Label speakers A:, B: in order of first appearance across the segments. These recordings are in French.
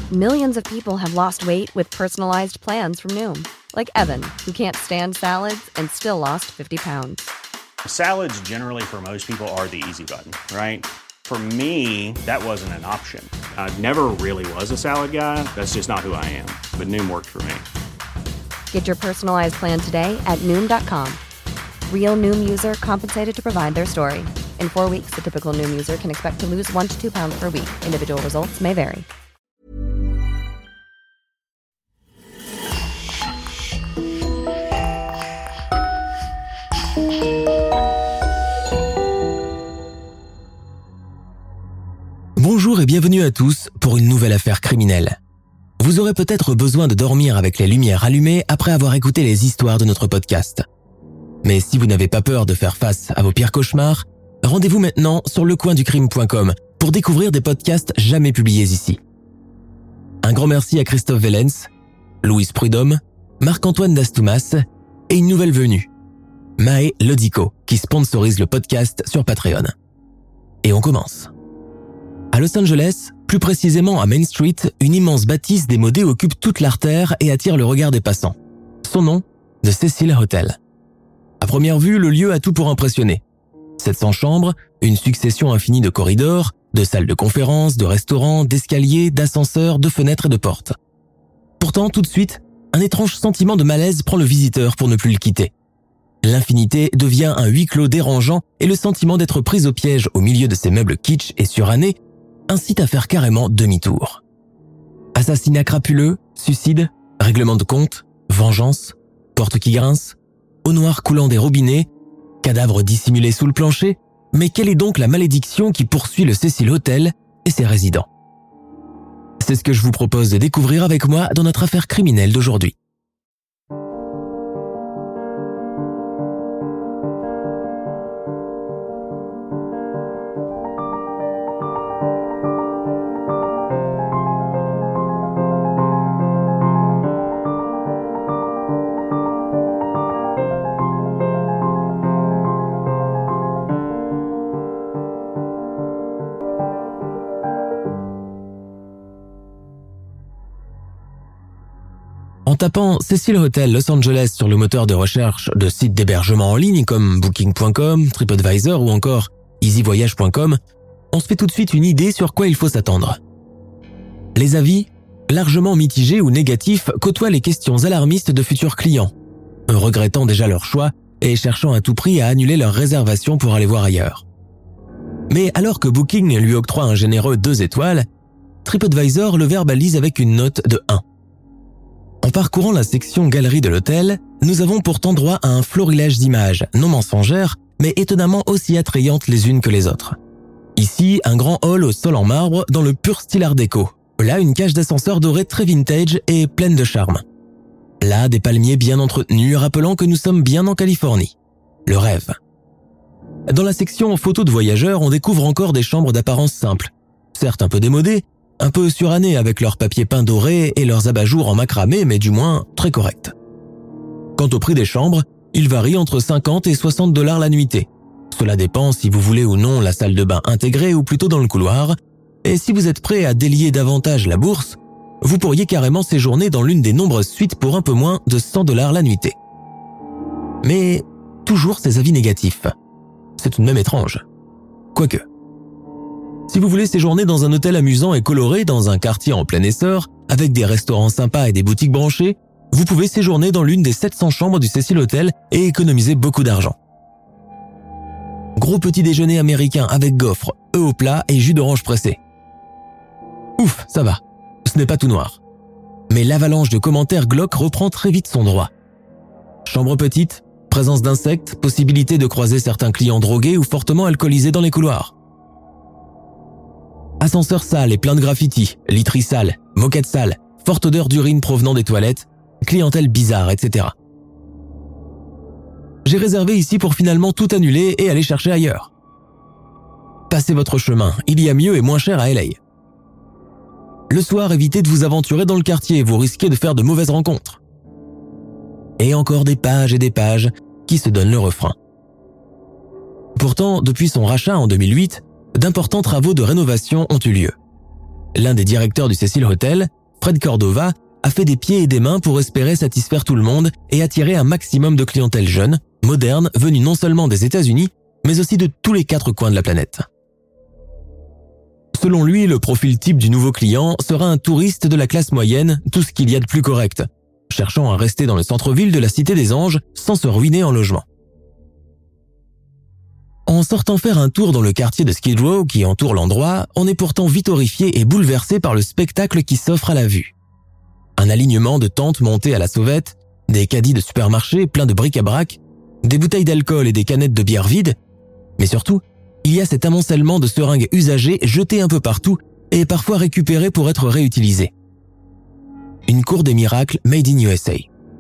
A: Millions of people have lost weight with personalized plans from Noom. Like Evan, who can't stand salads and still lost 50 pounds.
B: Salads generally for most people are the easy button, right? For me, that wasn't an option. I never really was a salad guy. That's just not who I am. But Noom worked for me.
A: Get your personalized plan today at Noom.com. Real Noom user compensated to provide their story. In 4 weeks, the typical Noom user can expect to lose 1 to 2 pounds per week. Individual results may vary.
C: Bonjour et bienvenue à tous pour une nouvelle affaire criminelle. Vous aurez peut-être besoin de dormir avec les lumières allumées après avoir écouté les histoires de notre podcast. Mais si vous n'avez pas peur de faire face à vos pires cauchemars, rendez-vous maintenant sur lecoinducrime.com pour découvrir des podcasts jamais publiés ici. Un grand merci à Christophe Vellens, Louise Prudhomme, Marc-Antoine Dastoumas et une nouvelle venue, Maë Lodico, qui sponsorise le podcast sur Patreon. Et on commence. À Los Angeles, plus précisément à Main Street, une immense bâtisse démodée occupe toute l'artère et attire le regard des passants. Son nom, The Cecil Hotel. À première vue, le lieu a tout pour impressionner. 700 chambres, une succession infinie de corridors, de salles de conférences, de restaurants, d'escaliers, d'ascenseurs, de fenêtres et de portes. Pourtant, tout de suite, un étrange sentiment de malaise prend le visiteur pour ne plus le quitter. L'infinité devient un huis clos dérangeant et le sentiment d'être pris au piège au milieu de ces meubles kitsch et surannés incite à faire carrément demi-tour. Assassinat crapuleux, suicide, règlement de compte, vengeance, porte qui grince, eau noire coulant des robinets, cadavres dissimulés sous le plancher, mais quelle est donc la malédiction qui poursuit le Cecil Hotel et ses résidents? C'est ce que je vous propose de découvrir avec moi dans notre affaire criminelle d'aujourd'hui. En tapant Cecil Hotel Los Angeles sur le moteur de recherche de sites d'hébergement en ligne comme Booking.com, TripAdvisor ou encore EasyVoyage.com, on se fait tout de suite une idée sur quoi il faut s'attendre. Les avis, largement mitigés ou négatifs, côtoient les questions alarmistes de futurs clients, regrettant déjà leur choix et cherchant à tout prix à annuler leur réservation pour aller voir ailleurs. Mais alors que Booking lui octroie un généreux 2 étoiles, TripAdvisor le verbalise avec une note de 1. En parcourant la section galerie de l'hôtel, nous avons pourtant droit à un florilège d'images, non mensongères, mais étonnamment aussi attrayantes les unes que les autres. Ici, un grand hall au sol en marbre dans le pur style art déco. Là, une cage d'ascenseur dorée très vintage et pleine de charme. Là, des palmiers bien entretenus, rappelant que nous sommes bien en Californie. Le rêve. Dans la section photos de voyageurs, on découvre encore des chambres d'apparence simple, certes un peu démodées, un peu surannés avec leurs papiers peints dorés et leurs abat-jours en macramé, mais du moins très corrects. Quant au prix des chambres, il varie entre 50 et 60 $ la nuitée. Cela dépend si vous voulez ou non la salle de bain intégrée ou plutôt dans le couloir. Et si vous êtes prêt à délier davantage la bourse, vous pourriez carrément séjourner dans l'une des nombreuses suites pour un peu moins de 100 $ la nuitée. Mais toujours ces avis négatifs. C'est tout de même étrange. Quoique. Si vous voulez séjourner dans un hôtel amusant et coloré dans un quartier en plein essor, avec des restaurants sympas et des boutiques branchées, vous pouvez séjourner dans l'une des 700 chambres du Cecil Hotel et économiser beaucoup d'argent. Gros petit déjeuner américain avec gaufres, œufs au plat et jus d'orange pressé. Ouf, ça va. Ce n'est pas tout noir. Mais l'avalanche de commentaires glauques reprend très vite son droit. Chambre petite, présence d'insectes, possibilité de croiser certains clients drogués ou fortement alcoolisés dans les couloirs. Ascenseur sale et plein de graffitis, literie sale, moquette sale, forte odeur d'urine provenant des toilettes, clientèle bizarre, etc. J'ai réservé ici pour finalement tout annuler et aller chercher ailleurs. Passez votre chemin, il y a mieux et moins cher à LA. Le soir, évitez de vous aventurer dans le quartier, vous risquez de faire de mauvaises rencontres. Et encore des pages et des pages qui se donnent le refrain. Pourtant, depuis son rachat en 2008, d'importants travaux de rénovation ont eu lieu. L'un des directeurs du Cecil Hotel, Fred Cordova a fait des pieds et des mains pour espérer satisfaire tout le monde et attirer un maximum de clientèle jeune, moderne, venue non seulement des États-Unis, mais aussi de tous les 4 coins de la planète. Selon lui, le profil type du nouveau client sera un touriste de la classe moyenne, tout ce qu'il y a de plus correct, cherchant à rester dans le centre-ville de la Cité des Anges sans se ruiner en logement. En sortant faire un tour dans le quartier de Skid Row qui entoure l'endroit, on est pourtant vite horrifié et bouleversé par le spectacle qui s'offre à la vue. Un alignement de tentes montées à la sauvette, des caddies de supermarché pleins de bric-à-brac, des bouteilles d'alcool et des canettes de bière vides, mais surtout, il y a cet amoncellement de seringues usagées jetées un peu partout et parfois récupérées pour être réutilisées. Une cour des miracles made in USA.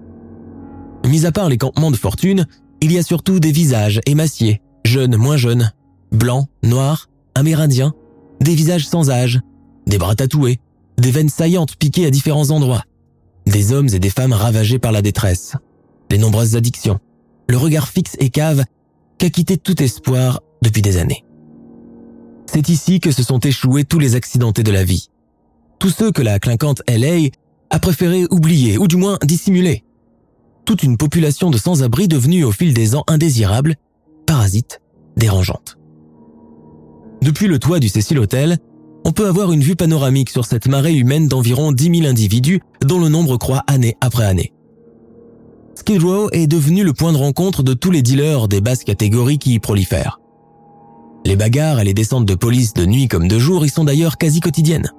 C: Mis à part les campements de fortune, il y a surtout des visages émaciés, jeunes, moins jeunes, blancs, noirs, amérindiens, des visages sans âge, des bras tatoués, des veines saillantes piquées à différents endroits, des hommes et des femmes ravagés par la détresse, les nombreuses addictions, le regard fixe et cave qu'a quitté tout espoir depuis des années. C'est ici que se sont échoués tous les accidentés de la vie. Tous ceux que la clinquante LA a préféré oublier ou du moins dissimuler. Toute une population de sans-abri devenue au fil des ans indésirable, parasite, dérangeante. Depuis le toit du Cecil Hotel, on peut avoir une vue panoramique sur cette marée humaine d'environ 10 000 individus dont le nombre croît année après année. Skid Row est devenu le point de rencontre de tous les dealers des basses catégories qui y prolifèrent. Les bagarres et les descentes de police de nuit comme de jour y sont d'ailleurs quasi quotidiennes.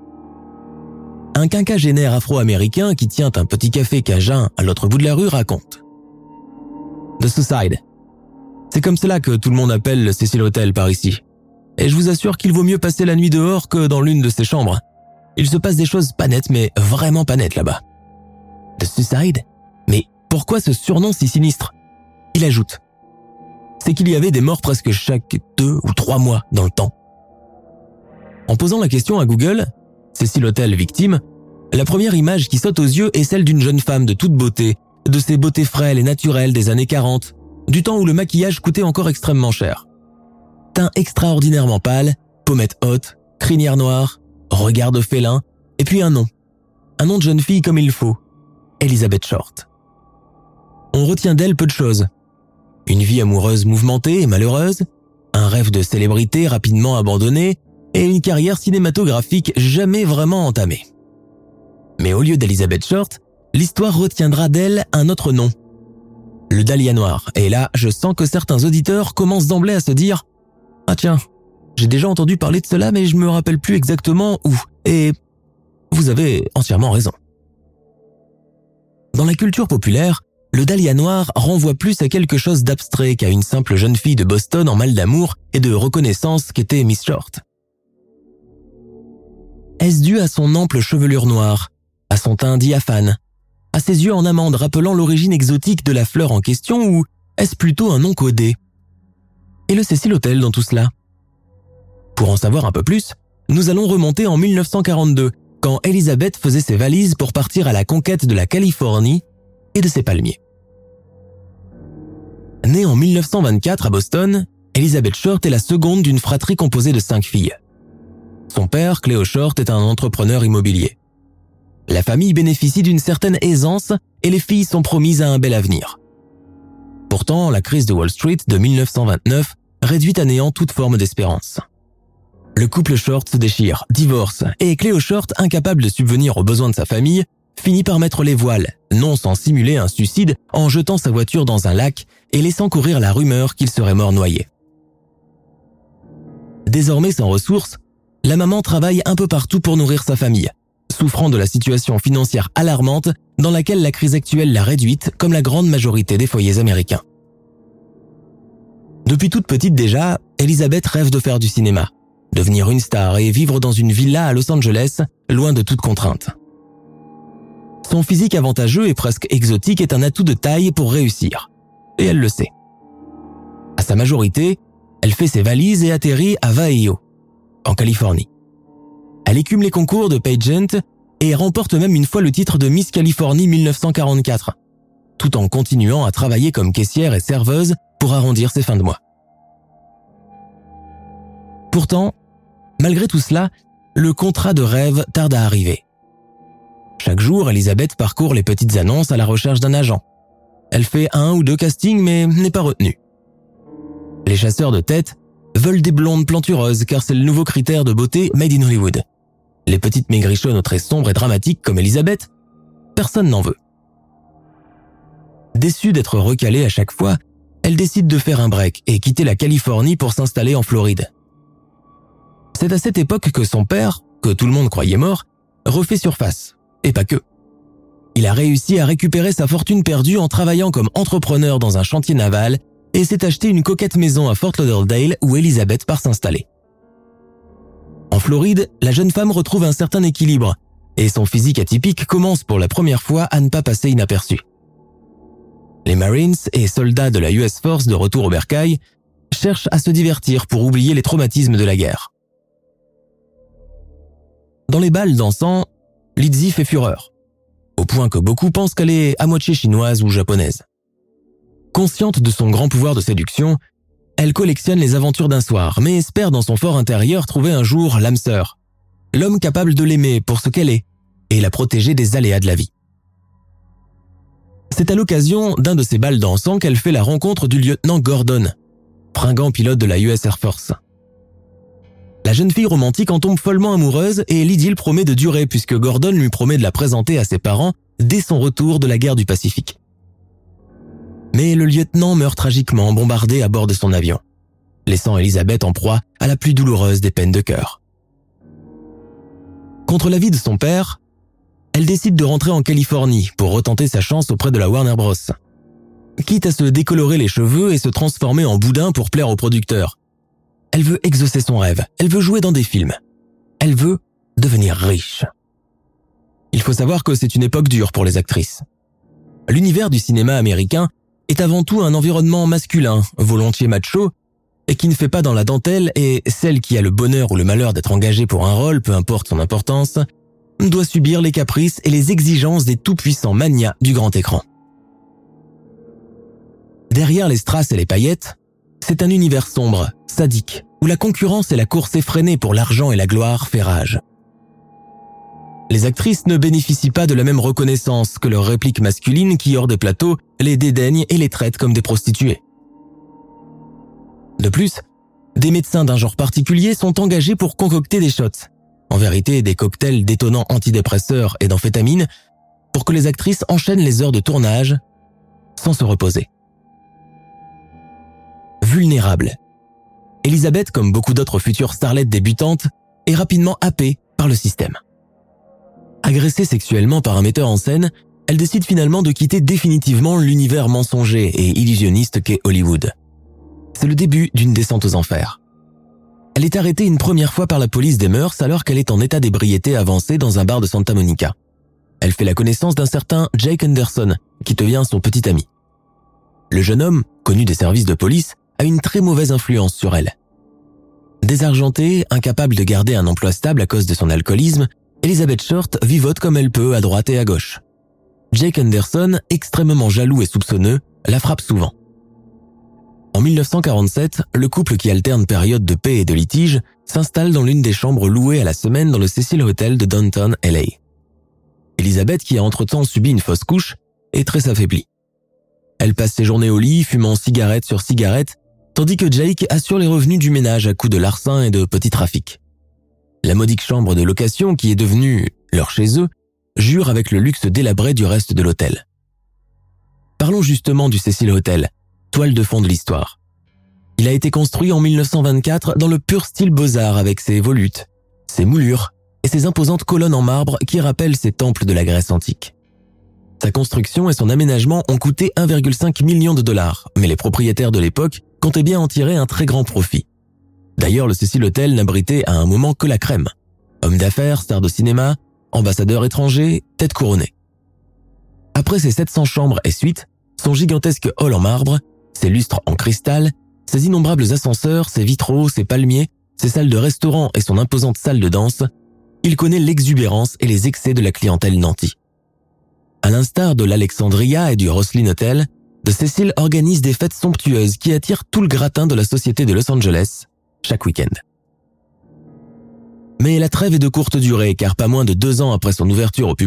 C: Un quinquagénaire afro-américain qui tient un petit café cajun à l'autre bout de la rue raconte. The Suicide. C'est comme cela que tout le monde appelle le Cecil Hotel par ici. Et je vous assure qu'il vaut mieux passer la nuit dehors que dans l'une de ses chambres. Il se passe des choses pas nettes, mais vraiment pas nettes là-bas. The Suicide? Mais pourquoi ce surnom si sinistre? Il ajoute. C'est qu'il y avait des morts presque chaque 2 ou 3 mois dans le temps. En posant la question à Google, Cecil Hotel victime, la première image qui saute aux yeux est celle d'une jeune femme de toute beauté, de ces beautés frêles et naturelles des années 40, du temps où le maquillage coûtait encore extrêmement cher. Teint extraordinairement pâle, pommettes hautes, crinière noire, regard de félin, et puis un nom. Un nom de jeune fille comme il faut, Elizabeth Short. On retient d'elle peu de choses. Une vie amoureuse mouvementée et malheureuse, un rêve de célébrité rapidement abandonné et une carrière cinématographique jamais vraiment entamée. Mais au lieu d'Elizabeth Short, l'histoire retiendra d'elle un autre nom. Le Dahlia Noir. Et là, je sens que certains auditeurs commencent d'emblée à se dire « Ah tiens, j'ai déjà entendu parler de cela mais je me rappelle plus exactement où. » Et vous avez entièrement raison. Dans la culture populaire, le Dahlia Noir renvoie plus à quelque chose d'abstrait qu'à une simple jeune fille de Boston en mal d'amour et de reconnaissance qu'était Miss Short. Est-ce dû à son ample chevelure noire, à son teint diaphane, à ses yeux en amande rappelant l'origine exotique de la fleur en question ou est-ce plutôt un nom codé? Et le Cecil Hotel dans tout cela? Pour en savoir un peu plus, nous allons remonter en 1942, quand Elizabeth faisait ses valises pour partir à la conquête de la Californie et de ses palmiers. Née en 1924 à Boston, Elizabeth Short est la seconde d'une fratrie composée de 5 filles. Son père, Cleo Short, est un entrepreneur immobilier. La famille bénéficie d'une certaine aisance et les filles sont promises à un bel avenir. Pourtant, la crise de Wall Street de 1929 réduit à néant toute forme d'espérance. Le couple Short se déchire, divorce, et Cleo Short, incapable de subvenir aux besoins de sa famille, finit par mettre les voiles, non sans simuler un suicide en jetant sa voiture dans un lac et laissant courir la rumeur qu'il serait mort noyé. Désormais sans ressources, la maman travaille un peu partout pour nourrir sa famille, souffrant de la situation financière alarmante dans laquelle la crise actuelle l'a réduite comme la grande majorité des foyers américains. Depuis toute petite déjà, Elizabeth rêve de faire du cinéma, devenir une star et vivre dans une villa à Los Angeles, loin de toute contrainte. Son physique avantageux et presque exotique est un atout de taille pour réussir. Et elle le sait. À sa majorité, elle fait ses valises et atterrit à Vallejo, en Californie. Elle écume les concours de pageant et remporte même une fois le titre de Miss Californie 1944, tout en continuant à travailler comme caissière et serveuse pour arrondir ses fins de mois. Pourtant, malgré tout cela, le contrat de rêve tarde à arriver. Chaque jour, Elizabeth parcourt les petites annonces à la recherche d'un agent. Elle fait 1 ou 2 castings mais n'est pas retenue. Les chasseurs de tête veulent des blondes plantureuses car c'est le nouveau critère de beauté made in Hollywood. Les petites maigrichonnes très sombres et dramatiques comme Elizabeth, personne n'en veut. Déçue d'être recalée à chaque fois, elle décide de faire un break et quitter la Californie pour s'installer en Floride. C'est à cette époque que son père, que tout le monde croyait mort, refait surface, et pas que. Il a réussi à récupérer sa fortune perdue en travaillant comme entrepreneur dans un chantier naval et s'est acheté une coquette maison à Fort Lauderdale où Elizabeth part s'installer. En Floride, la jeune femme retrouve un certain équilibre et son physique atypique commence pour la première fois à ne pas passer inaperçu. Les Marines et soldats de la US Force de retour au bercail cherchent à se divertir pour oublier les traumatismes de la guerre. Dans les bals dansants, Lizzie fait fureur, au point que beaucoup pensent qu'elle est à moitié chinoise ou japonaise. Consciente de son grand pouvoir de séduction, elle collectionne les aventures d'un soir, mais espère dans son fort intérieur trouver un jour l'âme sœur, l'homme capable de l'aimer pour ce qu'elle est et la protéger des aléas de la vie. C'est à l'occasion d'un de ces bals dansants qu'elle fait la rencontre du lieutenant Gordon, fringant pilote de la US Air Force. La jeune fille romantique en tombe follement amoureuse et l'idylle promet de durer puisque Gordon lui promet de la présenter à ses parents dès son retour de la guerre du Pacifique. Mais le lieutenant meurt tragiquement bombardé à bord de son avion, laissant Elizabeth en proie à la plus douloureuse des peines de cœur. Contre l'avis de son père, elle décide de rentrer en Californie pour retenter sa chance auprès de la Warner Bros. Quitte à se décolorer les cheveux et se transformer en boudin pour plaire aux producteurs. Elle veut exaucer son rêve, elle veut jouer dans des films. Elle veut devenir riche. Il faut savoir que c'est une époque dure pour les actrices. L'univers du cinéma américain est avant tout un environnement masculin, volontiers macho, et qui ne fait pas dans la dentelle, et celle qui a le bonheur ou le malheur d'être engagée pour un rôle, peu importe son importance, doit subir les caprices et les exigences des tout-puissants manias du grand écran. Derrière les strass et les paillettes, c'est un univers sombre, sadique, où la concurrence et la course effrénée pour l'argent et la gloire fait rage. Les actrices ne bénéficient pas de la même reconnaissance que leurs répliques masculines qui, hors des plateaux, les dédaignent et les traitent comme des prostituées. De plus, des médecins d'un genre particulier sont engagés pour concocter des shots, en vérité des cocktails détonnants antidépresseurs et d'amphétamines, pour que les actrices enchaînent les heures de tournage sans se reposer. Vulnérable, Elizabeth, comme beaucoup d'autres futures starlettes débutantes, est rapidement happée par le système. Agressée sexuellement par un metteur en scène, elle décide finalement de quitter définitivement l'univers mensonger et illusionniste qu'est Hollywood. C'est le début d'une descente aux enfers. Elle est arrêtée une première fois par la police des mœurs alors qu'elle est en état d'ébriété avancée dans un bar de Santa Monica. Elle fait la connaissance d'un certain Jake Anderson, qui devient son petit ami. Le jeune homme, connu des services de police, a une très mauvaise influence sur elle. Désargentée, incapable de garder un emploi stable à cause de son alcoolisme, Elizabeth Short vivote comme elle peut à droite et à gauche. Jake Anderson, extrêmement jaloux et soupçonneux, la frappe souvent. En 1947, le couple qui alterne période de paix et de litige s'installe dans l'une des chambres louées à la semaine dans le Cecil Hotel de Downtown LA. Elizabeth, qui a entre-temps subi une fausse couche, est très affaiblie. Elle passe ses journées au lit, fumant cigarette sur cigarette, tandis que Jake assure les revenus du ménage à coups de larcin et de petits trafics. La modique chambre de location, qui est devenue leur chez eux, jure avec le luxe délabré du reste de l'hôtel. Parlons justement du Cecil Hotel, toile de fond de l'histoire. Il a été construit en 1924 dans le pur style beaux-arts avec ses volutes, ses moulures et ses imposantes colonnes en marbre qui rappellent ces temples de la Grèce antique. Sa construction et son aménagement ont coûté 1,5 million de dollars, mais les propriétaires de l'époque comptaient bien en tirer un très grand profit. D'ailleurs, le Cecil Hotel n'abritait à un moment que la crème. Hommes d'affaires, stars de cinéma, ambassadeurs étrangers, têtes couronnées. Après ses 700 chambres et suites, son gigantesque hall en marbre, ses lustres en cristal, ses innombrables ascenseurs, ses vitraux, ses palmiers, ses salles de restaurant et son imposante salle de danse, il connaît l'exubérance et les excès de la clientèle nantie. À l'instar de l'Alexandria et du Roslyn Hotel, The Cecil organise des fêtes somptueuses qui attirent tout le gratin de la société de Los Angeles chaque week-end. Mais la trêve est de courte durée car pas moins de 2 ans après son ouverture au public,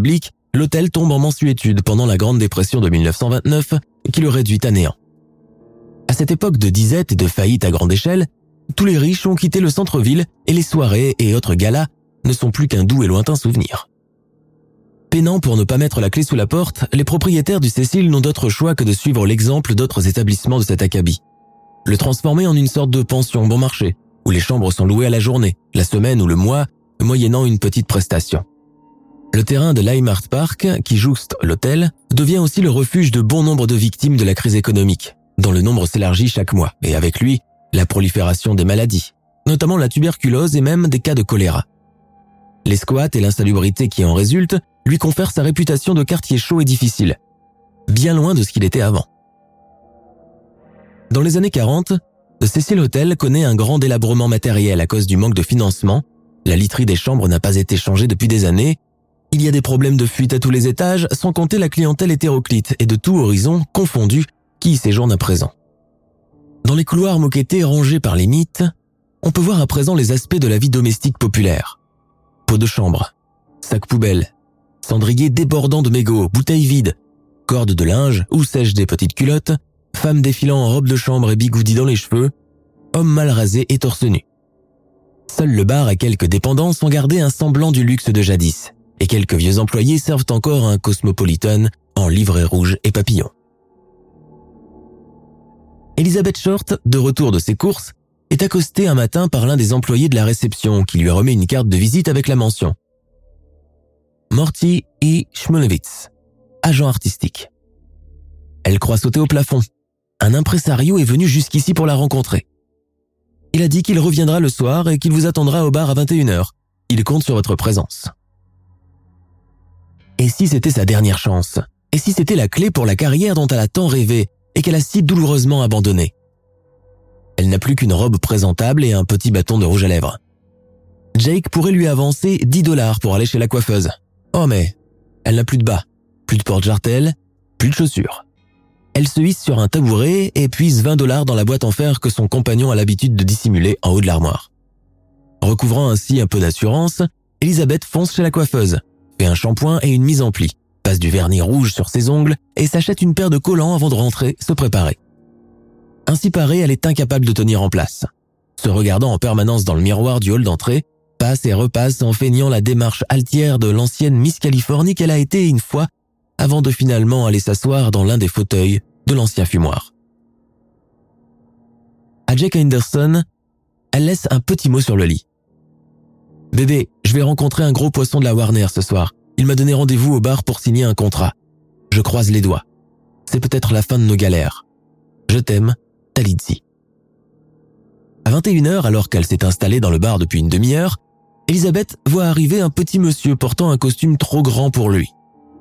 C: l'hôtel tombe en mansuétude pendant la Grande Dépression de 1929 qui le réduit à néant. À cette époque de disette et de faillite à grande échelle, tous les riches ont quitté le centre-ville et les soirées et autres galas ne sont plus qu'un doux et lointain souvenir. Peinant pour ne pas mettre la clé sous la porte, les propriétaires du Cecil n'ont d'autre choix que de suivre l'exemple d'autres établissements de cet acabit. Le transformer en une sorte de pension bon marché, où les chambres sont louées à la journée, la semaine ou le mois, moyennant une petite prestation. Le terrain de l'Hymart Park, qui jouxte l'hôtel, devient aussi le refuge de bon nombre de victimes de la crise économique, dont le nombre s'élargit chaque mois, et avec lui, la prolifération des maladies, notamment la tuberculose et même des cas de choléra. Les squats et l'insalubrité qui en résultent lui confèrent sa réputation de quartier chaud et difficile, bien loin de ce qu'il était avant. Dans les années 40, le Cecil Hotel connaît un grand délabrement matériel à cause du manque de financement, la literie des chambres n'a pas été changée depuis des années, il y a des problèmes de fuite à tous les étages, sans compter la clientèle hétéroclite et de tout horizon confondu qui y séjourne à présent. Dans les couloirs moquettés rangés par les mythes, on peut voir à présent les aspects de la vie domestique populaire. Pots de chambre, sacs poubelles, cendriers débordant de mégots, bouteilles vides, cordes de linge ou sèches des petites culottes, femmes défilant en robe de chambre et bigoudis dans les cheveux, hommes mal rasés et torse nu. Seul le bar et quelques dépendants ont gardé un semblant du luxe de jadis, et quelques vieux employés servent encore un cosmopolitan en livrée rouge et papillon. Elizabeth Short, de retour de ses courses, est accostée un matin par l'un des employés de la réception qui lui remet une carte de visite avec la mention « Morty E. Schmulewitz, agent artistique ». Elle croit sauter au plafond. Un impresario est venu jusqu'ici pour la rencontrer. Il a dit qu'il reviendra le soir et qu'il vous attendra au bar à 21h. Il compte sur votre présence. Et si c'était sa dernière chance? Et si c'était la clé pour la carrière dont elle a tant rêvé et qu'elle a si douloureusement abandonnée? Elle n'a plus qu'une robe présentable et un petit bâton de rouge à lèvres. Jake pourrait lui avancer $10 pour aller chez la coiffeuse. Oh mais, elle n'a plus de bas, plus de porte-jartelle, plus de chaussures. Elle se hisse sur un tabouret et puise $20 dans la boîte en fer que son compagnon a l'habitude de dissimuler en haut de l'armoire. Recouvrant ainsi un peu d'assurance, Elizabeth fonce chez la coiffeuse, fait un shampoing et une mise en pli, passe du vernis rouge sur ses ongles et s'achète une paire de collants avant de rentrer, se préparer. Ainsi parée, elle est incapable de tenir en place. Se regardant en permanence dans le miroir du hall d'entrée, passe et repasse en feignant la démarche altière de l'ancienne Miss Californie qu'elle a été une fois avant de finalement aller s'asseoir dans l'un des fauteuils de l'ancien fumoir. À Jake Henderson, elle laisse un petit mot sur le lit. « Bébé, je vais rencontrer un gros poisson de la Warner ce soir. Il m'a donné rendez-vous au bar pour signer un contrat. Je croise les doigts. C'est peut-être la fin de nos galères. Je t'aime, Talitzi. » À 21h, alors qu'elle s'est installée dans le bar depuis une demi-heure, Elizabeth voit arriver un petit monsieur portant un costume trop grand pour lui.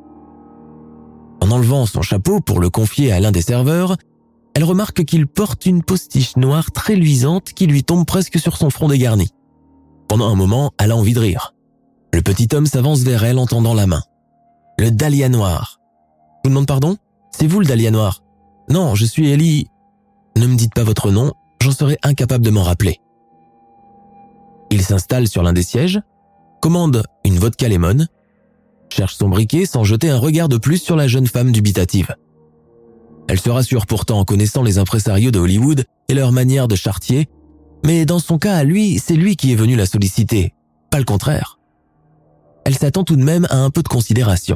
C: En enlevant son chapeau pour le confier à l'un des serveurs, elle remarque qu'il porte une postiche noire très luisante qui lui tombe presque sur son front dégarni. Pendant un moment, elle a envie de rire. Le petit homme s'avance vers elle en tendant la main. « Le dahlia noir. »« Je vous demande pardon ? C'est vous le dahlia noir ? » ?»« Non, je suis Ellie. »« Ne me dites pas votre nom, j'en serais incapable de m'en rappeler. » Il s'installe sur l'un des sièges, commande une vodka lemon, cherche son briquet sans jeter un regard de plus sur la jeune femme dubitative. Elle se rassure pourtant en connaissant les impresarios de Hollywood et leur manière de charretier, mais dans son cas à lui, c'est lui qui est venu la solliciter, pas le contraire. Elle s'attend tout de même à un peu de considération.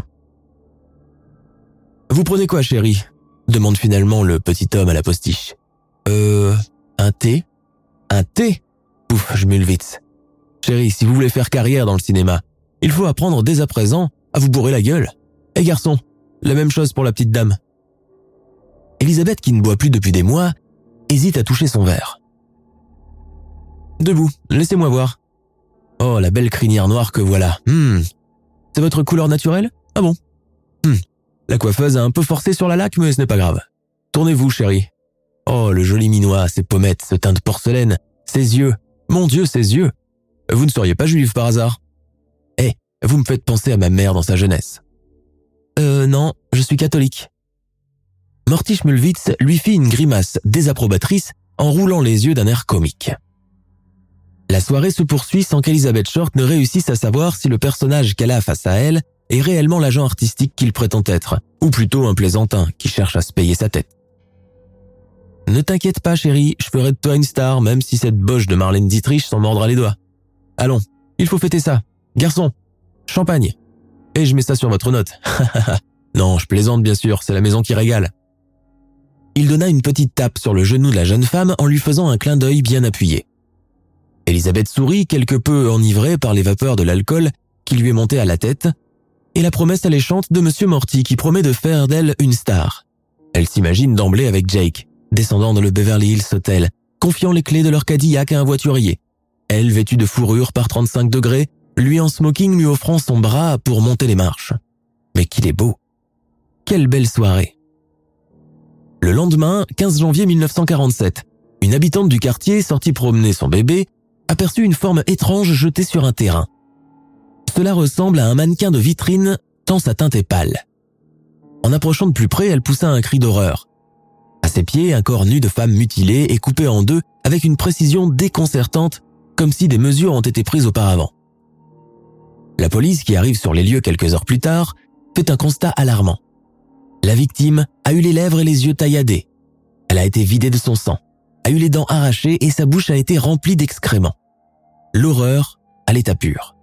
C: « Vous prenez quoi, chérie ?» demande finalement le petit homme à la postiche. « Un thé ?»« Un thé ?» Ouf, Schmulewitz. « Chérie, si vous voulez faire carrière dans le cinéma, il faut apprendre dès à présent à vous bourrer la gueule. Et garçon, la même chose pour la petite dame. » Elizabeth, qui ne boit plus depuis des mois, hésite à toucher son verre. « Debout, laissez-moi voir. » « Oh, la belle crinière noire que voilà. C'est votre couleur naturelle ? Ah bon ? La coiffeuse a un peu forcé sur la laque, mais ce n'est pas grave. Tournez-vous, chérie. Oh, le joli minois, ses pommettes, ce teint de porcelaine, ses yeux. Mon Dieu, ses yeux. Vous ne seriez pas juive par hasard ? Vous me faites penser à ma mère dans sa jeunesse. Non, je suis catholique. » Morty Schmulewitz lui fit une grimace désapprobatrice en roulant les yeux d'un air comique. La soirée se poursuit sans qu'Elizabeth Short ne réussisse à savoir si le personnage qu'elle a face à elle est réellement l'agent artistique qu'il prétend être, ou plutôt un plaisantin qui cherche à se payer sa tête. « Ne t'inquiète pas, chérie, je ferai de toi une star, même si cette boche de Marlène Dietrich s'en mordra les doigts. Allons, il faut fêter ça. Garçon, champagne. Et je mets ça sur votre note. Non, je plaisante bien sûr, c'est la maison qui régale. » Il donna une petite tape sur le genou de la jeune femme en lui faisant un clin d'œil bien appuyé. Elisabeth sourit, quelque peu enivrée par les vapeurs de l'alcool qui lui est monté à la tête, et la promesse alléchante de Monsieur Morty qui promet de faire d'elle une star. Elle s'imagine d'emblée avec Jake, descendant dans le Beverly Hills Hotel, confiant les clés de leur Cadillac à un voiturier. Elle, vêtue de fourrure par 35 degrés, lui en smoking lui offrant son bras pour monter les marches. Mais qu'il est beau. Quelle belle soirée. Le lendemain, 15 janvier 1947, une habitante du quartier sortie promener son bébé aperçut une forme étrange jetée sur un terrain. Cela ressemble à un mannequin de vitrine tant sa teinte est pâle. En approchant de plus près, elle poussa un cri d'horreur. À ses pieds, un corps nu de femme mutilé et coupé en deux avec une précision déconcertante, comme si des mesures ont été prises auparavant. La police, qui arrive sur les lieux quelques heures plus tard, fait un constat alarmant. La victime a eu les lèvres et les yeux tailladés. Elle a été vidée de son sang, a eu les dents arrachées et sa bouche a été remplie d'excréments. L'horreur à l'état pur.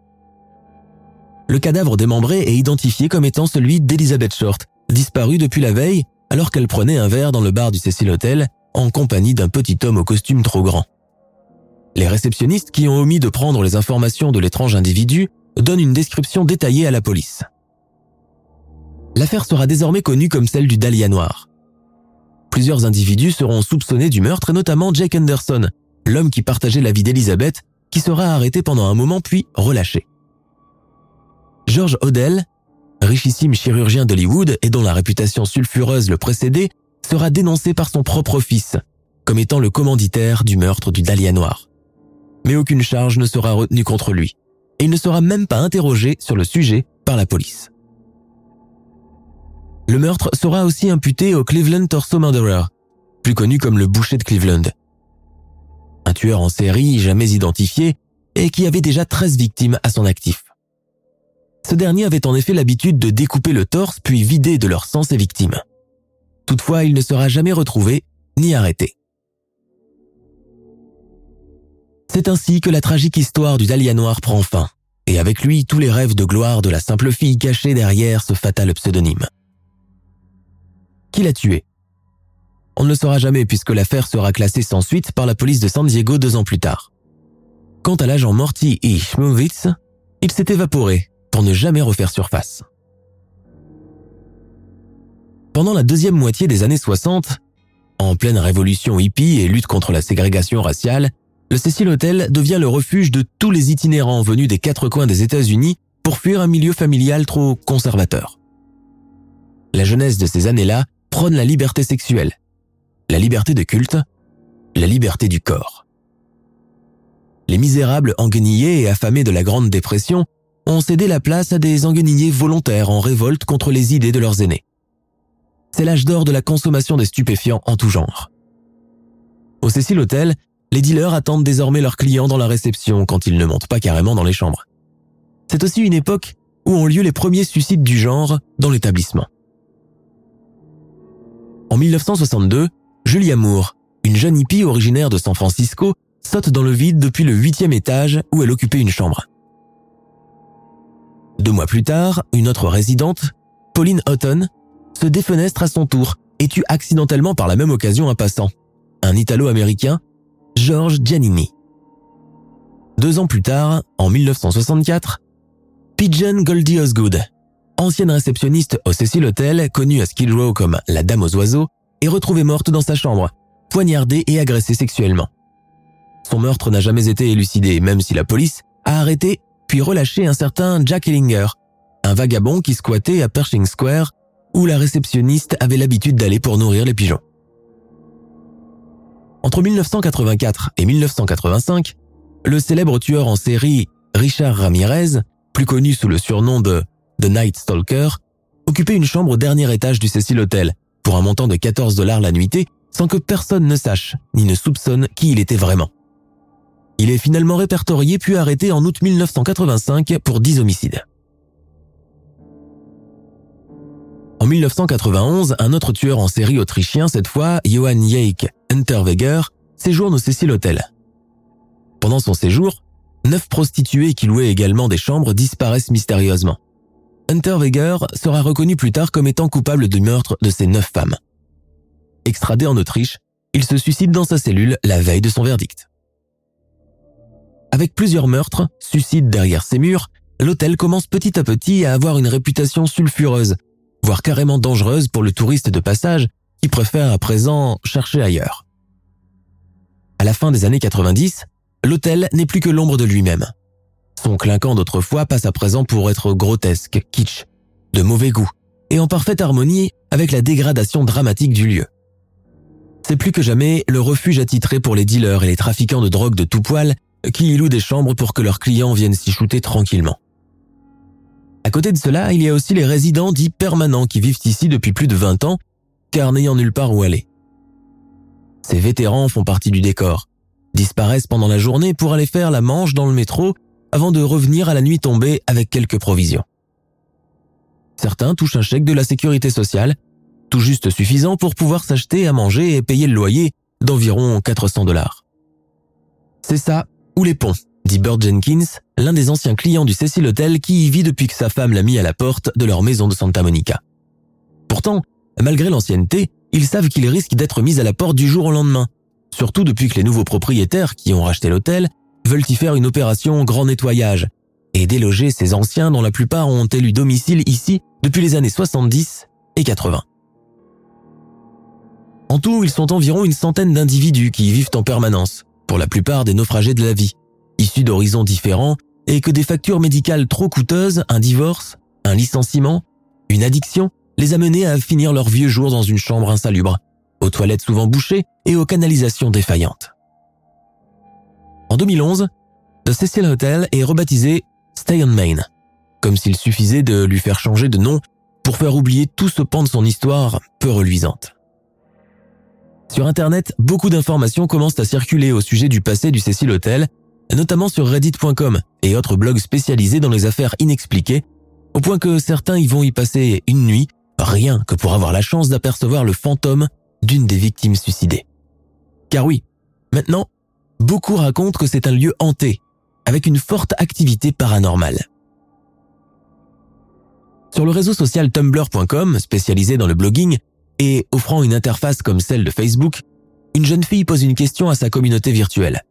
C: Le cadavre démembré est identifié comme étant celui d'Elizabeth Short, disparue depuis la veille alors qu'elle prenait un verre dans le bar du Cecil Hotel en compagnie d'un petit homme au costume trop grand. Les réceptionnistes qui ont omis de prendre les informations de l'étrange individu donnent une description détaillée à la police. L'affaire sera désormais connue comme celle du Dahlia noir. Plusieurs individus seront soupçonnés du meurtre et notamment Jake Anderson, l'homme qui partageait la vie d'Elizabeth, qui sera arrêté pendant un moment puis relâché. George Odell, richissime chirurgien d'Hollywood et dont la réputation sulfureuse le précédait, sera dénoncé par son propre fils, comme étant le commanditaire du meurtre du Dahlia noir. Mais aucune charge ne sera retenue contre lui, et il ne sera même pas interrogé sur le sujet par la police. Le meurtre sera aussi imputé au Cleveland Torso Murderer, plus connu comme le boucher de Cleveland. Un tueur en série jamais identifié et qui avait déjà 13 victimes à son actif. Ce dernier avait en effet l'habitude de découper le torse puis vider de leur sang ses victimes. Toutefois, il ne sera jamais retrouvé ni arrêté. C'est ainsi que la tragique histoire du Dahlia noir prend fin, et avec lui tous les rêves de gloire de la simple fille cachée derrière ce fatal pseudonyme. Qui l'a tué? On ne le saura jamais puisque l'affaire sera classée sans suite par la police de San Diego 2 ans plus tard. Quant à l'agent Morty E. Schmowitz, il s'est évaporé pour ne jamais refaire surface. Pendant la deuxième moitié des années 60, en pleine révolution hippie et lutte contre la ségrégation raciale, le Cecil Hotel devient le refuge de tous les itinérants venus des 4 coins des États-Unis pour fuir un milieu familial trop conservateur. La jeunesse de ces années-là prône la liberté sexuelle, la liberté de culte, la liberté du corps. Les misérables enguenillés et affamés de la Grande Dépression ont cédé la place à des enguenillés volontaires en révolte contre les idées de leurs aînés. C'est l'âge d'or de la consommation des stupéfiants en tout genre. Au Cecil Hotel, les dealers attendent désormais leurs clients dans la réception quand ils ne montent pas carrément dans les chambres. C'est aussi une époque où ont lieu les premiers suicides du genre dans l'établissement. En 1962, Julia Moore, une jeune hippie originaire de San Francisco, saute dans le vide depuis le 8e étage où elle occupait une chambre. 2 mois plus tard, une autre résidente, Pauline Houghton, se défenestre à son tour et tue accidentellement par la même occasion un passant, un Italo-américain, George Giannini. 2 ans plus tard, en 1964, Pigeon Goldie Osgood, ancienne réceptionniste au Cecil Hotel, connue à Skid Row comme la Dame aux oiseaux, est retrouvée morte dans sa chambre, poignardée et agressée sexuellement. Son meurtre n'a jamais été élucidé, même si la police a arrêté puis relâché un certain Jack Ellinger, un vagabond qui squattait à Pershing Square, où la réceptionniste avait l'habitude d'aller pour nourrir les pigeons. Entre 1984 et 1985, le célèbre tueur en série Richard Ramirez, plus connu sous le surnom de The Night Stalker, occupait une chambre au dernier étage du Cecil Hotel pour un montant de $14 la nuitée sans que personne ne sache ni ne soupçonne qui il était vraiment. Il est finalement répertorié puis arrêté en août 1985 pour 10 homicides. En 1991, un autre tueur en série autrichien, cette fois Johann Jake Unterweger, séjourne au Cecil Hotel. Pendant son séjour, 9 prostituées qui louaient également des chambres disparaissent mystérieusement. Unterweger sera reconnu plus tard comme étant coupable du meurtre de ces 9 femmes. Extradé en Autriche, il se suicide dans sa cellule la veille de son verdict. Avec plusieurs meurtres, suicides derrière ses murs, l'hôtel commence petit à petit à avoir une réputation sulfureuse, voire carrément dangereuse pour le touriste de passage qui préfère à présent chercher ailleurs. À la fin des années 90, l'hôtel n'est plus que l'ombre de lui-même. Son clinquant d'autrefois passe à présent pour être grotesque, kitsch, de mauvais goût, et en parfaite harmonie avec la dégradation dramatique du lieu. C'est plus que jamais le refuge attitré pour les dealers et les trafiquants de drogue de tout poil qui y louent des chambres pour que leurs clients viennent s'y shooter tranquillement. À côté de cela, il y a aussi les résidents dits permanents qui vivent ici depuis plus de 20 ans, car n'ayant nulle part où aller. Ces vétérans font partie du décor, disparaissent pendant la journée pour aller faire la manche dans le métro avant de revenir à la nuit tombée avec quelques provisions. Certains touchent un chèque de la sécurité sociale, tout juste suffisant pour pouvoir s'acheter à manger et payer le loyer d'environ $400. C'est ça, ou les ponts, dit Burt Jenkins, l'un des anciens clients du Cecil Hotel qui y vit depuis que sa femme l'a mis à la porte de leur maison de Santa Monica. Pourtant, malgré l'ancienneté, ils savent qu'ils risquent d'être mis à la porte du jour au lendemain, surtout depuis que les nouveaux propriétaires qui ont racheté l'hôtel veulent y faire une opération grand nettoyage et déloger ces anciens dont la plupart ont élu domicile ici depuis les années 70 et 80. En tout, ils sont environ une centaine d'individus qui y vivent en permanence, pour la plupart des naufragés de la vie, issus d'horizons différents et que des factures médicales trop coûteuses, un divorce, un licenciement, une addiction, les a menés à finir leurs vieux jours dans une chambre insalubre, aux toilettes souvent bouchées et aux canalisations défaillantes. En 2011, The Cecil Hotel est rebaptisé Stay on Main, comme s'il suffisait de lui faire changer de nom pour faire oublier tout ce pan de son histoire peu reluisante. Sur Internet, beaucoup d'informations commencent à circuler au sujet du passé du Cecil Hotel, notamment sur Reddit.com et autres blogs spécialisés dans les affaires inexpliquées, au point que certains y vont y passer une nuit, rien que pour avoir la chance d'apercevoir le fantôme d'une des victimes suicidées. Car oui, maintenant, beaucoup racontent que c'est un lieu hanté, avec une forte activité paranormale. Sur le réseau social Tumblr.com, spécialisé dans le blogging, et offrant une interface comme celle de Facebook, une jeune fille pose une question à sa communauté virtuelle.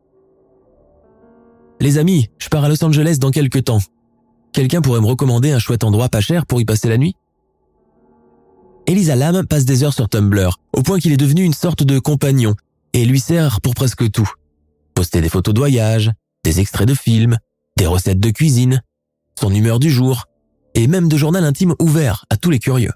C: « Les amis, je pars à Los Angeles dans quelques temps. Quelqu'un pourrait me recommander un chouette endroit pas cher pour y passer la nuit ?» Elisa Lam passe des heures sur Tumblr, au point qu'il est devenu une sorte de compagnon, et lui sert pour presque tout. Poster des photos de voyage, des extraits de films, des recettes de cuisine, son humeur du jour, et même de journal intime ouvert à tous les curieux.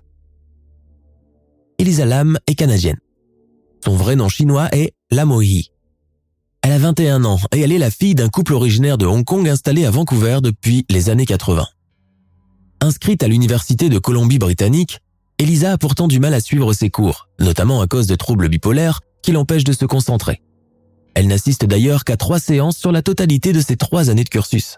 C: Elisa Lam est canadienne. Son vrai nom chinois est Lam Hoi. Elle a 21 ans et elle est la fille d'un couple originaire de Hong Kong installé à Vancouver depuis les années 80. Inscrite à l'université de Colombie-Britannique, Elisa a pourtant du mal à suivre ses cours, notamment à cause de troubles bipolaires qui l'empêchent de se concentrer. Elle n'assiste d'ailleurs qu'à 3 séances sur la totalité de ses 3 années de cursus.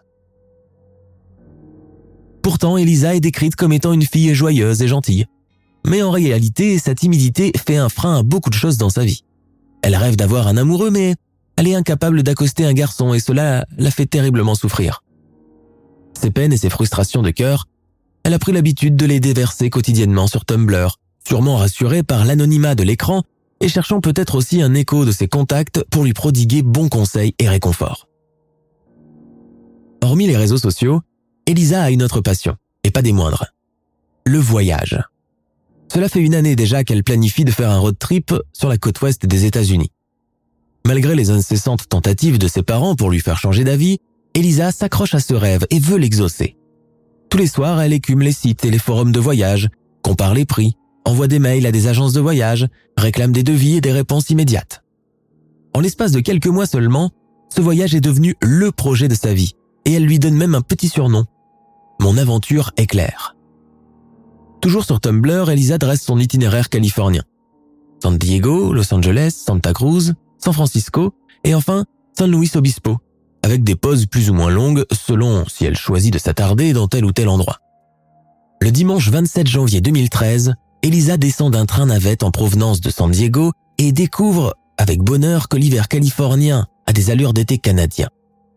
C: Pourtant, Elisa est décrite comme étant une fille joyeuse et gentille. Mais en réalité, sa timidité fait un frein à beaucoup de choses dans sa vie. Elle rêve d'avoir un amoureux, mais elle est incapable d'accoster un garçon et cela la fait terriblement souffrir. Ses peines et ses frustrations de cœur, elle a pris l'habitude de les déverser quotidiennement sur Tumblr, sûrement rassurée par l'anonymat de l'écran et cherchant peut-être aussi un écho de ses contacts pour lui prodiguer bons conseils et réconfort. Hormis les réseaux sociaux, Elisa a une autre passion, et pas des moindres, le voyage. Cela fait une année déjà qu'elle planifie de faire un road trip sur la côte ouest des États-Unis. Malgré les incessantes tentatives de ses parents pour lui faire changer d'avis, Elisa s'accroche à ce rêve et veut l'exaucer. Tous les soirs, elle écume les sites et les forums de voyage, compare les prix, envoie des mails à des agences de voyage, réclame des devis et des réponses immédiates. En l'espace de quelques mois seulement, ce voyage est devenu le projet de sa vie et elle lui donne même un petit surnom. Mon aventure éclair. Toujours sur Tumblr, Elisa dresse son itinéraire californien. San Diego, Los Angeles, Santa Cruz, San Francisco et enfin San Luis Obispo, avec des pauses plus ou moins longues selon si elle choisit de s'attarder dans tel ou tel endroit. Le dimanche 27 janvier 2013, Elisa descend d'un train navette en provenance de San Diego et découvre avec bonheur que l'hiver californien a des allures d'été canadien.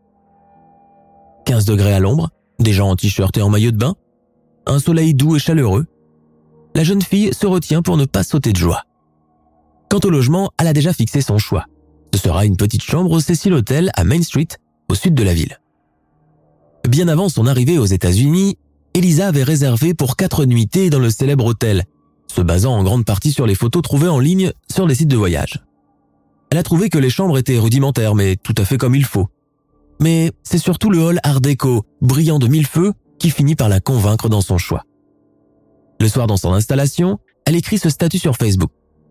C: 15 degrés à l'ombre, des gens en t-shirt et en maillot de bain, un soleil doux et chaleureux. La jeune fille se retient pour ne pas sauter de joie. Quant au logement, elle a déjà fixé son choix. Ce sera une petite chambre au Cecil Hotel à Main Street, au sud de la ville. Bien avant son arrivée aux États-Unis, Elisa avait réservé pour 4 nuitées dans le célèbre hôtel, se basant en grande partie sur les photos trouvées en ligne sur les sites de voyage. Elle a trouvé que les chambres étaient rudimentaires, mais tout à fait comme il faut. Mais c'est surtout le hall art déco, brillant de mille feux, qui finit par la convaincre dans son choix. Le soir dans son installation, elle écrit ce statut sur Facebook.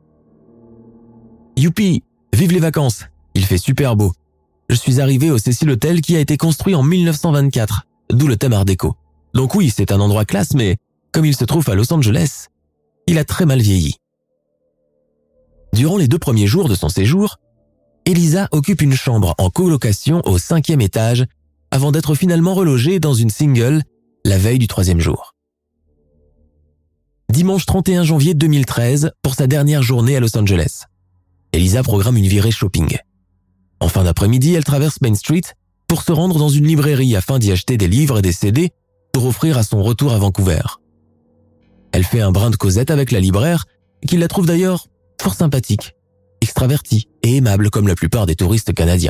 C: « Youpi, vive les vacances, il fait super beau. Je suis arrivé au Cecil Hotel qui a été construit en 1924, d'où le thème art déco. Donc oui, c'est un endroit classe, mais comme il se trouve à Los Angeles, il a très mal vieilli. » Durant les 2 premiers jours de son séjour, Elisa occupe une chambre en colocation au 5e étage avant d'être finalement relogée dans une single la veille du 3e jour. Dimanche 31 janvier 2013, pour sa dernière journée à Los Angeles, Elisa programme une virée shopping. En fin d'après-midi, elle traverse Main Street pour se rendre dans une librairie afin d'y acheter des livres et des CD pour offrir à son retour à Vancouver. Elle fait un brin de causette avec la libraire, qui la trouve d'ailleurs fort sympathique, extravertie et aimable comme la plupart des touristes canadiens.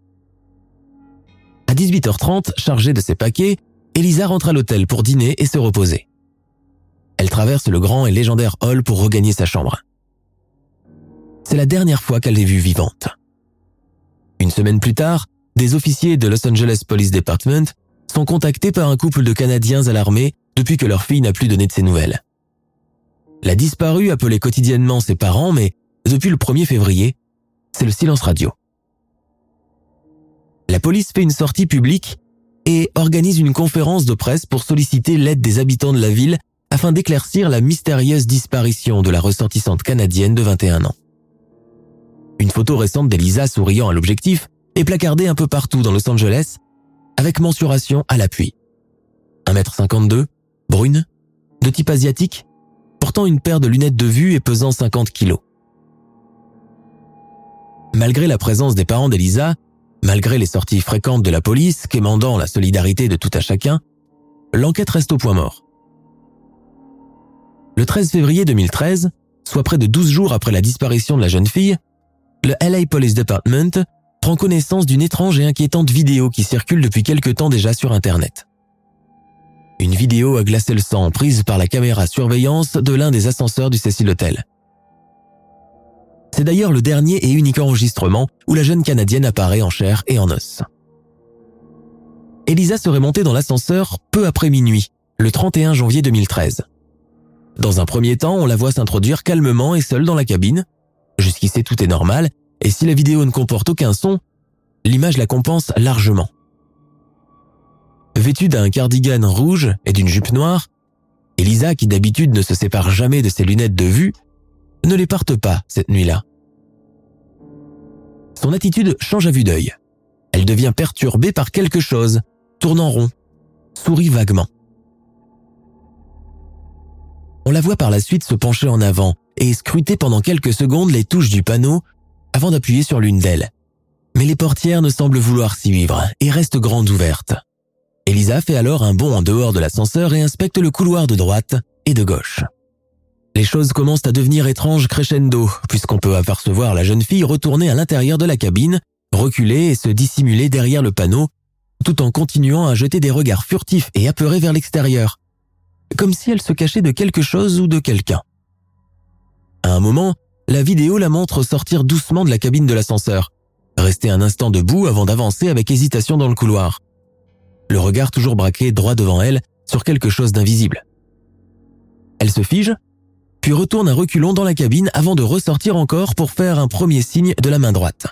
C: À 18h30, chargée de ses paquets, Elisa rentre à l'hôtel pour dîner et se reposer. Elle traverse le grand et légendaire hall pour regagner sa chambre. C'est la dernière fois qu'elle l'ait vue vivante. Une semaine plus tard, des officiers de Los Angeles Police Department sont contactés par un couple de Canadiens alarmés depuis que leur fille n'a plus donné de ses nouvelles. La disparue appelait quotidiennement ses parents, mais depuis le 1er février, c'est le silence radio. La police fait une sortie publique et organise une conférence de presse pour solliciter l'aide des habitants de la ville afin d'éclaircir la mystérieuse disparition de la ressortissante canadienne de 21 ans. Une photo récente d'Elisa souriant à l'objectif est placardée un peu partout dans Los Angeles avec mensuration à l'appui. 1,52 m, brune, de type asiatique, portant une paire de lunettes de vue et pesant 50 kilos. Malgré la présence des parents d'Elisa, malgré les sorties fréquentes de la police quémandant la solidarité de tout à chacun, l'enquête reste au point mort. Le 13 février 2013, soit près de 12 jours après la disparition de la jeune fille, le LA Police Department prend connaissance d'une étrange et inquiétante vidéo qui circule depuis quelque temps déjà sur Internet. Une vidéo a glacé le sang prise par la caméra surveillance de l'un des ascenseurs du Cecil Hotel. C'est d'ailleurs le dernier et unique enregistrement où la jeune Canadienne apparaît en chair et en os. Elisa serait montée dans l'ascenseur peu après minuit, le 31 janvier 2013. Dans un premier temps, on la voit s'introduire calmement et seule dans la cabine. Jusqu'ici, tout est normal, et si la vidéo ne comporte aucun son, l'image la compense largement. Vêtue d'un cardigan rouge et d'une jupe noire, Elisa, qui d'habitude ne se sépare jamais de ses lunettes de vue, ne les porte pas cette nuit-là. Son attitude change à vue d'œil. Elle devient perturbée par quelque chose, tourne en rond, sourit vaguement. On la voit par la suite se pencher en avant et scruter pendant quelques secondes les touches du panneau avant d'appuyer sur l'une d'elles. Mais les portières ne semblent vouloir s'y suivre et restent grandes ouvertes. Elisa fait alors un bond en dehors de l'ascenseur et inspecte le couloir de droite et de gauche. Les choses commencent à devenir étranges crescendo, puisqu'on peut apercevoir la jeune fille retourner à l'intérieur de la cabine, reculer et se dissimuler derrière le panneau, tout en continuant à jeter des regards furtifs et apeurés vers l'extérieur, comme si elle se cachait de quelque chose ou de quelqu'un. À un moment, la vidéo la montre sortir doucement de la cabine de l'ascenseur, rester un instant debout avant d'avancer avec hésitation dans le couloir. Le regard toujours braqué droit devant elle sur quelque chose d'invisible. Elle se fige, puis retourne à reculons dans la cabine avant de ressortir encore pour faire un premier signe de la main droite.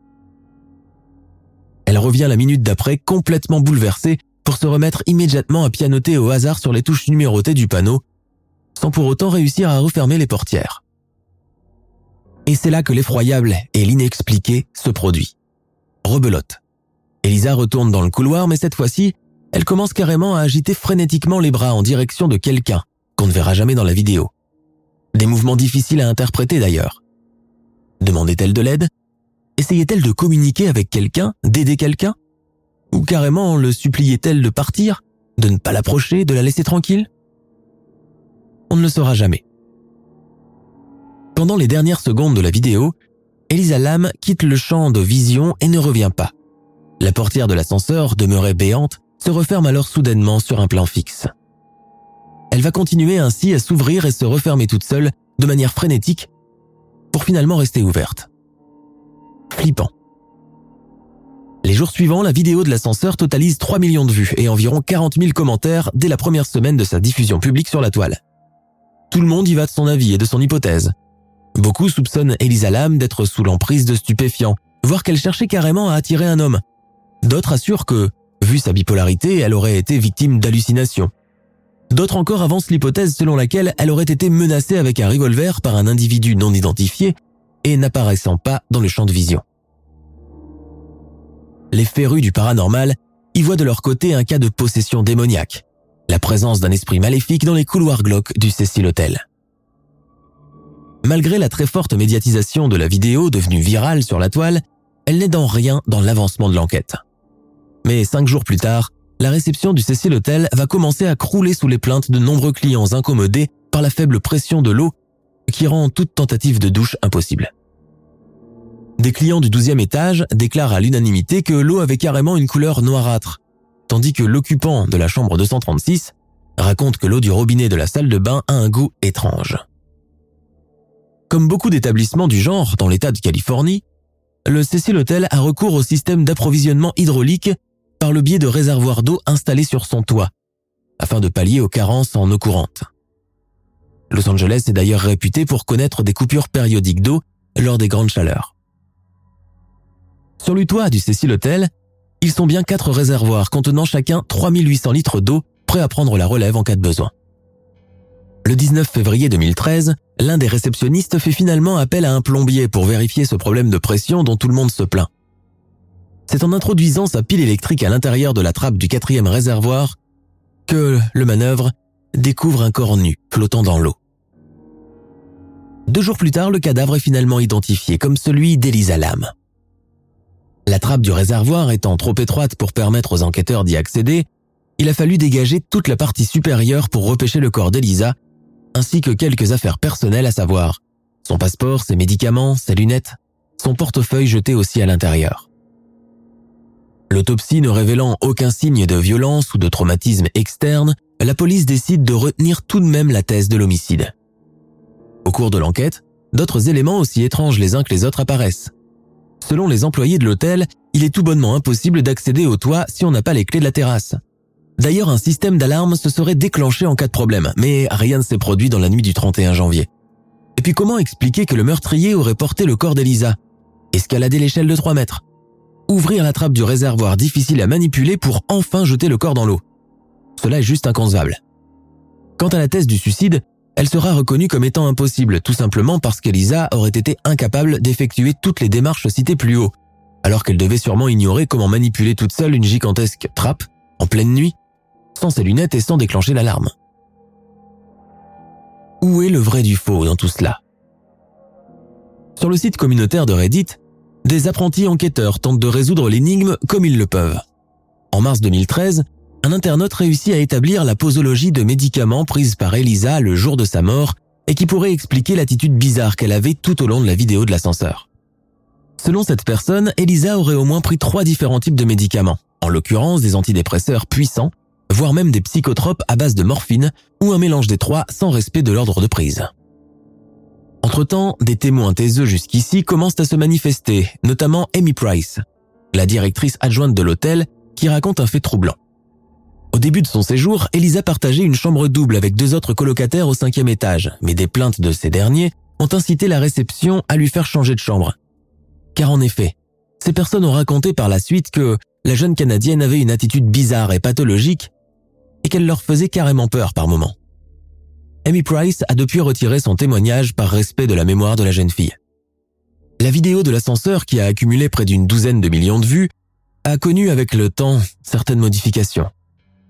C: Elle revient la minute d'après complètement bouleversée pour se remettre immédiatement à pianoter au hasard sur les touches numérotées du panneau, sans pour autant réussir à refermer les portières. Et c'est là que l'effroyable et l'inexpliqué se produit. Rebelote. Elisa retourne dans le couloir, mais cette fois-ci, elle commence carrément à agiter frénétiquement les bras en direction de quelqu'un qu'on ne verra jamais dans la vidéo. Des mouvements difficiles à interpréter d'ailleurs. Demandait-elle de l'aide? Essayait-elle de communiquer avec quelqu'un, d'aider quelqu'un? Ou carrément le suppliait-elle de partir, de ne pas l'approcher, de la laisser tranquille? On ne le saura jamais. Pendant les dernières secondes de la vidéo, Elisa Lam quitte le champ de vision et ne revient pas. La portière de l'ascenseur, demeurée béante, se referme alors soudainement sur un plan fixe. Elle va continuer ainsi à s'ouvrir et se refermer toute seule, de manière frénétique, pour finalement rester ouverte. Flippant. Les jours suivants, la vidéo de l'ascenseur totalise 3 millions de vues et environ 40 000 commentaires dès la première semaine de sa diffusion publique sur la toile. Tout le monde y va de son avis et de son hypothèse. Beaucoup soupçonnent Elisa Lam d'être sous l'emprise de stupéfiants, voire qu'elle cherchait carrément à attirer un homme. D'autres assurent que, vu sa bipolarité, elle aurait été victime d'hallucinations. D'autres encore avancent l'hypothèse selon laquelle elle aurait été menacée avec un revolver par un individu non identifié et n'apparaissant pas dans le champ de vision. Les férus du paranormal y voient de leur côté un cas de possession démoniaque, la présence d'un esprit maléfique dans les couloirs glauques du Cecil Hotel. Malgré la très forte médiatisation de la vidéo devenue virale sur la toile, elle n'est dans rien dans l'avancement de l'enquête. Mais 5 jours plus tard, la réception du Cecil Hotel va commencer à crouler sous les plaintes de nombreux clients incommodés par la faible pression de l'eau qui rend toute tentative de douche impossible. Des clients du 12e étage déclarent à l'unanimité que l'eau avait carrément une couleur noirâtre, tandis que l'occupant de la chambre 236 raconte que l'eau du robinet de la salle de bain a un goût étrange. Comme beaucoup d'établissements du genre dans l'État de Californie, le Cecil Hotel a recours au système d'approvisionnement hydraulique par le biais de réservoirs d'eau installés sur son toit, afin de pallier aux carences en eau courante. Los Angeles est d'ailleurs réputé pour connaître des coupures périodiques d'eau lors des grandes chaleurs. Sur le toit du Cecil Hotel, ils sont bien 4 réservoirs contenant chacun 3800 litres d'eau prêts à prendre la relève en cas de besoin. Le 19 février 2013, l'un des réceptionnistes fait finalement appel à un plombier pour vérifier ce problème de pression dont tout le monde se plaint. C'est en introduisant sa pile électrique à l'intérieur de la trappe du 4e réservoir que le manœuvre découvre un corps nu flottant dans l'eau. 2 jours plus tard, le cadavre est finalement identifié comme celui d'Elisa Lam. La trappe du réservoir étant trop étroite pour permettre aux enquêteurs d'y accéder, il a fallu dégager toute la partie supérieure pour repêcher le corps d'Elisa, ainsi que quelques affaires personnelles à savoir son passeport, ses médicaments, ses lunettes, son portefeuille jeté aussi à l'intérieur. L'autopsie ne révélant aucun signe de violence ou de traumatisme externe, la police décide de retenir tout de même la thèse de l'homicide. Au cours de l'enquête, d'autres éléments aussi étranges les uns que les autres apparaissent. Selon les employés de l'hôtel, il est tout bonnement impossible d'accéder au toit si on n'a pas les clés de la terrasse. D'ailleurs, un système d'alarme se serait déclenché en cas de problème, mais rien ne s'est produit dans la nuit du 31 janvier. Et puis comment expliquer que le meurtrier aurait porté le corps d'Elisa, escalader l'échelle de 3 mètres, ouvrir la trappe du réservoir difficile à manipuler pour enfin jeter le corps dans l'eau? Cela est juste inconcevable. Quant à la thèse du suicide, elle sera reconnue comme étant impossible, tout simplement parce qu'Elisa aurait été incapable d'effectuer toutes les démarches citées plus haut, alors qu'elle devait sûrement ignorer comment manipuler toute seule une gigantesque trappe, en pleine nuit, sans ses lunettes et sans déclencher l'alarme. Où est le vrai du faux dans tout cela? Sur le site communautaire de Reddit, des apprentis enquêteurs tentent de résoudre l'énigme comme ils le peuvent. En mars 2013, un internaute réussit à établir la posologie de médicaments prise par Elisa le jour de sa mort et qui pourrait expliquer l'attitude bizarre qu'elle avait tout au long de la vidéo de l'ascenseur. Selon cette personne, Elisa aurait au moins pris 3 différents types de médicaments, en l'occurrence des antidépresseurs puissants, voire même des psychotropes à base de morphine ou un mélange des 3 sans respect de l'ordre de prise. Entre-temps, des témoins taiseux jusqu'ici commencent à se manifester, notamment Amy Price, la directrice adjointe de l'hôtel, qui raconte un fait troublant. Au début de son séjour, Elisa partageait une chambre double avec 2 autres colocataires au 5e étage, mais des plaintes de ces derniers ont incité la réception à lui faire changer de chambre. Car en effet, ces personnes ont raconté par la suite que la jeune Canadienne avait une attitude bizarre et pathologique et qu'elle leur faisait carrément peur par moments. Amy Price a depuis retiré son témoignage par respect de la mémoire de la jeune fille. La vidéo de l'ascenseur, qui a accumulé près d'12 millions de vues, a connu avec le temps certaines modifications.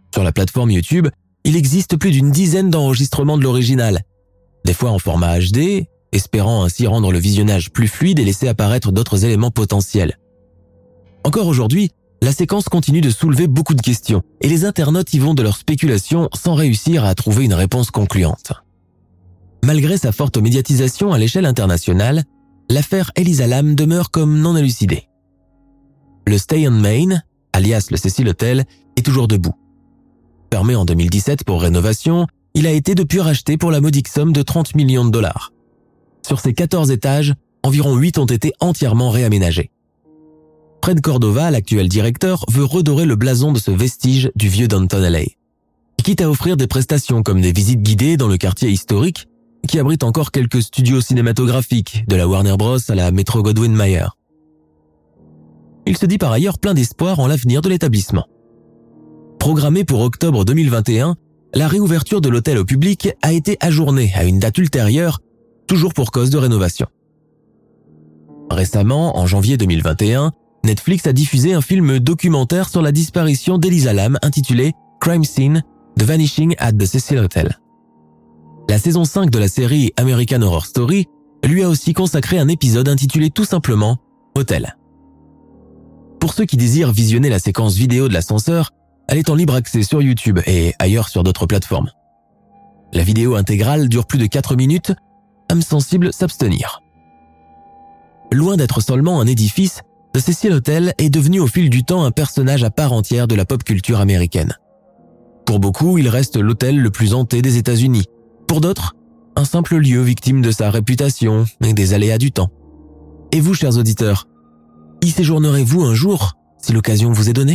C: Sur la plateforme YouTube, il existe plus d'une dizaine d'enregistrements de l'original, des fois en format HD, espérant ainsi rendre le visionnage plus fluide et laisser apparaître d'autres éléments potentiels. Encore aujourd'hui, la séquence continue de soulever beaucoup de questions et les internautes y vont de leurs spéculations sans réussir à trouver une réponse concluante. Malgré sa forte médiatisation à l'échelle internationale, l'affaire Elisa Lam demeure comme non élucidée. Le Stay on Main, alias le Cecil Hotel, est toujours debout. Fermé en 2017 pour rénovation, il a été depuis racheté pour la modique somme de 30 millions de dollars. Sur ses 14 étages, environ 8 ont été entièrement réaménagés. Fred Cordova, l'actuel directeur, veut redorer le blason de ce vestige du vieux Downton LA. Quitte à offrir des prestations comme des visites guidées dans le quartier historique, qui abrite encore quelques studios cinématographiques, de la Warner Bros à la Metro-Goldwyn-Mayer. Il se dit par ailleurs plein d'espoir en l'avenir de l'établissement. Programmée pour octobre 2021, la réouverture de l'hôtel au public a été ajournée à une date ultérieure, toujours pour cause de rénovation. Récemment, en janvier 2021, Netflix a diffusé un film documentaire sur la disparition d'Elisa Lam intitulé Crime Scene: The Vanishing at the Cecil Hotel. La saison 5 de la série American Horror Story lui a aussi consacré un épisode intitulé tout simplement Hotel. Pour ceux qui désirent visionner la séquence vidéo de l'ascenseur, elle est en libre accès sur YouTube et ailleurs sur d'autres plateformes. La vidéo intégrale dure plus de 4 minutes, âme sensible s'abstenir. Loin d'être seulement un édifice, The Cecil Hotel est devenu au fil du temps un personnage à part entière de la pop culture américaine. Pour beaucoup, il reste l'hôtel le plus hanté des États-Unis. Pour d'autres, un simple lieu victime de sa réputation et des aléas du temps. Et vous, chers auditeurs, y séjournerez-vous un jour, si l'occasion vous est donnée ?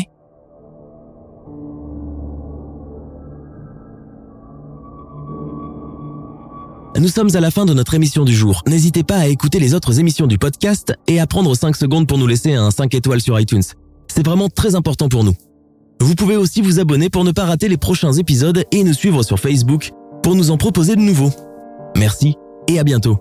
C: Nous sommes à la fin de notre émission du jour. N'hésitez pas à écouter les autres émissions du podcast et à prendre 5 secondes pour nous laisser un 5 étoiles sur iTunes. C'est vraiment très important pour nous. Vous pouvez aussi vous abonner pour ne pas rater les prochains épisodes et nous suivre sur Facebook pour nous en proposer de nouveaux. Merci et à bientôt.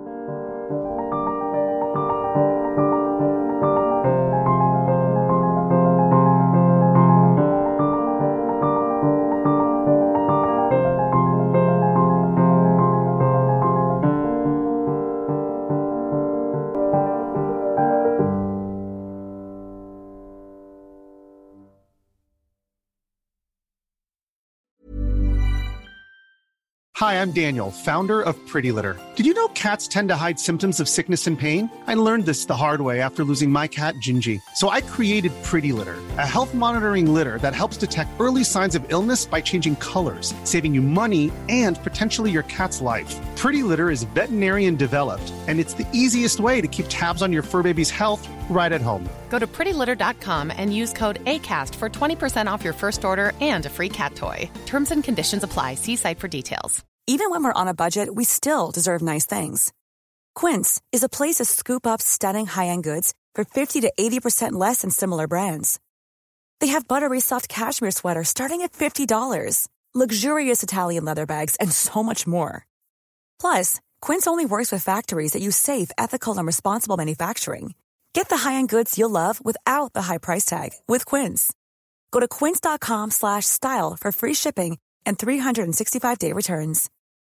D: Hi, I'm Daniel, founder of Pretty Litter. Did you know cats tend to hide symptoms of sickness and pain? I learned this the hard way after losing my cat, Gingy. So I created Pretty Litter, a health monitoring litter that helps detect early signs of illness by changing colors, saving you money and potentially your cat's life. Pretty Litter is veterinarian developed, and it's the easiest way to keep tabs on your fur baby's health right at home.
E: Go to prettylitter.com and use code ACAST for 20% off your first order and a free cat toy. Terms and conditions apply. See site for details.
F: Even when we're on a budget, we still deserve nice things. Quince is a place to scoop up stunning high-end goods for 50 to 80% less than similar brands. They have buttery soft cashmere sweaters starting at $50, luxurious Italian leather bags, and so much more. Plus, Quince only works with factories that use safe, ethical, and responsible manufacturing. Get the high-end goods you'll love without the high price tag with Quince. Go to quince.com/style for free shipping and 365-day returns.